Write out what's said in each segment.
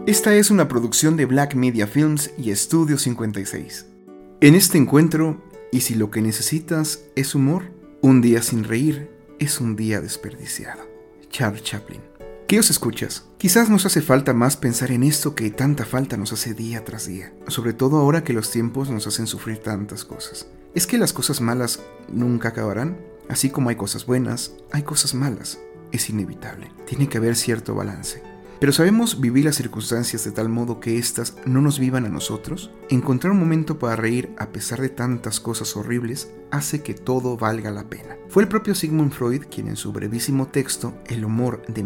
Esta es una producción de Black Media Films y Estudio 56. En este encuentro, y si lo que necesitas es humor, un día sin reír es un día desperdiciado. Charles Chaplin. ¿Qué os escuchas? Quizás nos hace falta más pensar en esto que tanta falta nos hace día tras día, sobre todo ahora que los tiempos nos hacen sufrir tantas cosas. ¿Es que las cosas malas nunca acabarán? Así como hay cosas buenas, hay cosas malas. Es inevitable. Tiene que haber cierto balance. Pero ¿sabemos vivir las circunstancias de tal modo que éstas no nos vivan a nosotros? Encontrar un momento para reír a pesar de tantas cosas horribles hace que todo valga la pena. Fue el propio Sigmund Freud quien en su brevísimo texto, El humor de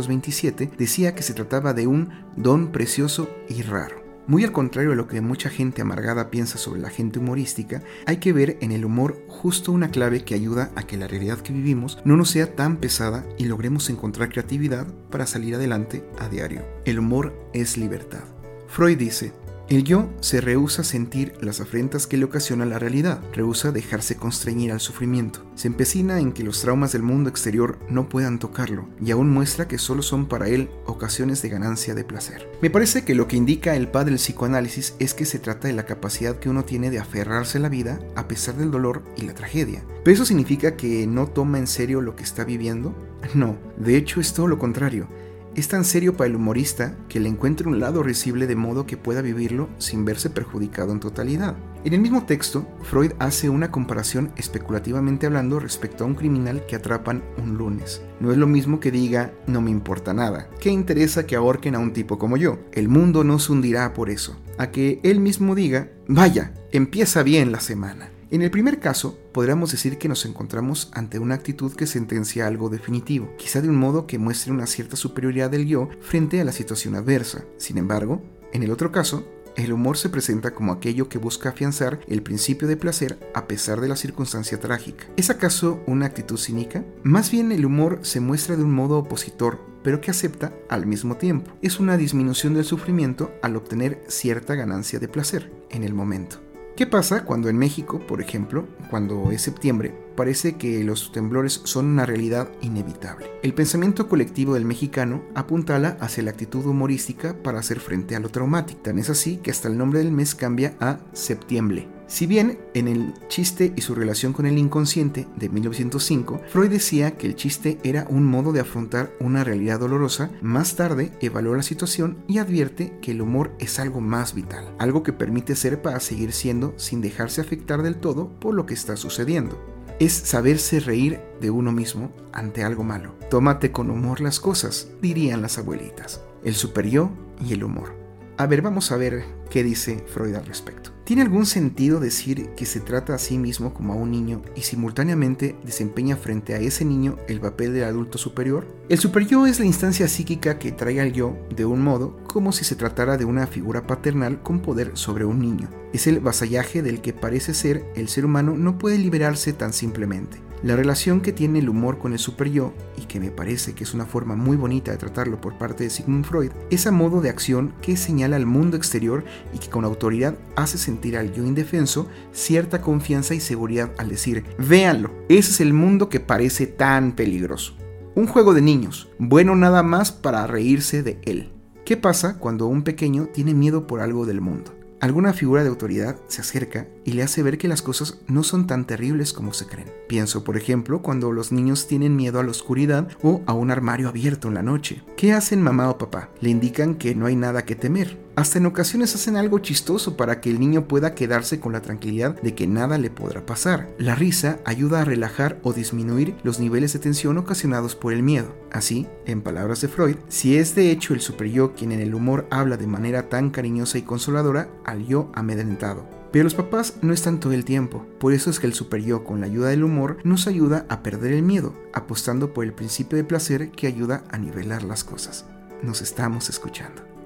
1927, decía que se trataba de un don precioso y raro. Muy al contrario de lo que mucha gente amargada piensa sobre la gente humorística, hay que ver en el humor justo una clave que ayuda a que la realidad que vivimos no nos sea tan pesada y logremos encontrar creatividad para salir adelante a diario. El humor es libertad. Freud dice: el yo se rehúsa a sentir las afrentas que le ocasiona la realidad, rehúsa dejarse constreñir al sufrimiento, se empecina en que los traumas del mundo exterior no puedan tocarlo y aún muestra que solo son para él ocasiones de ganancia de placer. Me parece que lo que indica el padre del psicoanálisis es que se trata de la capacidad que uno tiene de aferrarse a la vida a pesar del dolor y la tragedia. ¿Pero eso significa que no toma en serio lo que está viviendo? No, de hecho es todo lo contrario. Es tan serio para el humorista que le encuentra un lado risible de modo que pueda vivirlo sin verse perjudicado en totalidad. En el mismo texto, Freud hace una comparación especulativamente hablando respecto a un criminal que atrapan un lunes. No es lo mismo que diga, no me importa nada, ¿qué interesa que ahorquen a un tipo como yo? El mundo no se hundirá por eso. A que él mismo diga, vaya, empieza bien la semana. En el primer caso, podríamos decir que nos encontramos ante una actitud que sentencia algo definitivo, quizá de un modo que muestre una cierta superioridad del yo frente a la situación adversa. Sin embargo, en el otro caso, el humor se presenta como aquello que busca afianzar el principio de placer a pesar de la circunstancia trágica. ¿Es acaso una actitud cínica? Más bien el humor se muestra de un modo opositor, pero que acepta al mismo tiempo. Es una disminución del sufrimiento al obtener cierta ganancia de placer en el momento. ¿Qué pasa cuando en México, por ejemplo, cuando es septiembre, parece que los temblores son una realidad inevitable? El pensamiento colectivo del mexicano apuntala hacia la actitud humorística para hacer frente a lo traumático. Tan es así que hasta el nombre del mes cambia a septiembre. Si bien en El chiste y su relación con el inconsciente de 1905, Freud decía que el chiste era un modo de afrontar una realidad dolorosa, más tarde evaluó la situación y advierte que el humor es algo más vital, algo que permite ser para seguir siendo sin dejarse afectar del todo por lo que está sucediendo. Es saberse reír de uno mismo ante algo malo. Tómate con humor las cosas, dirían las abuelitas. El superyo y el humor. A ver, vamos a ver qué dice Freud al respecto. ¿Tiene algún sentido decir que se trata a sí mismo como a un niño y simultáneamente desempeña frente a ese niño el papel del adulto superior? El superyo es la instancia psíquica que trae al yo de un modo como si se tratara de una figura paternal con poder sobre un niño. Es el vasallaje del que parece ser el ser humano no puede liberarse tan simplemente. La relación que tiene el humor con el superyo, y que me parece que es una forma muy bonita de tratarlo por parte de Sigmund Freud, es a modo de acción que señala al mundo exterior y que con autoridad hace sentir al yo indefenso cierta confianza y seguridad al decir, véanlo, ese es el mundo que parece tan peligroso. Un juego de niños, bueno nada más para reírse de él. ¿Qué pasa cuando un pequeño tiene miedo por algo del mundo? Alguna figura de autoridad se acerca y le hace ver que las cosas no son tan terribles como se creen. Pienso, por ejemplo, cuando los niños tienen miedo a la oscuridad o a un armario abierto en la noche. ¿Qué hacen mamá o papá? Le indican que no hay nada que temer. Hasta en ocasiones hacen algo chistoso para que el niño pueda quedarse con la tranquilidad de que nada le podrá pasar. La risa ayuda a relajar o disminuir los niveles de tensión ocasionados por el miedo. Así, en palabras de Freud, si es de hecho el superyo quien en el humor habla de manera tan cariñosa y consoladora al yo amedrentado. Pero los papás no están todo el tiempo, por eso es que el superyo con la ayuda del humor nos ayuda a perder el miedo, apostando por el principio de placer que ayuda a nivelar las cosas. Nos estamos escuchando.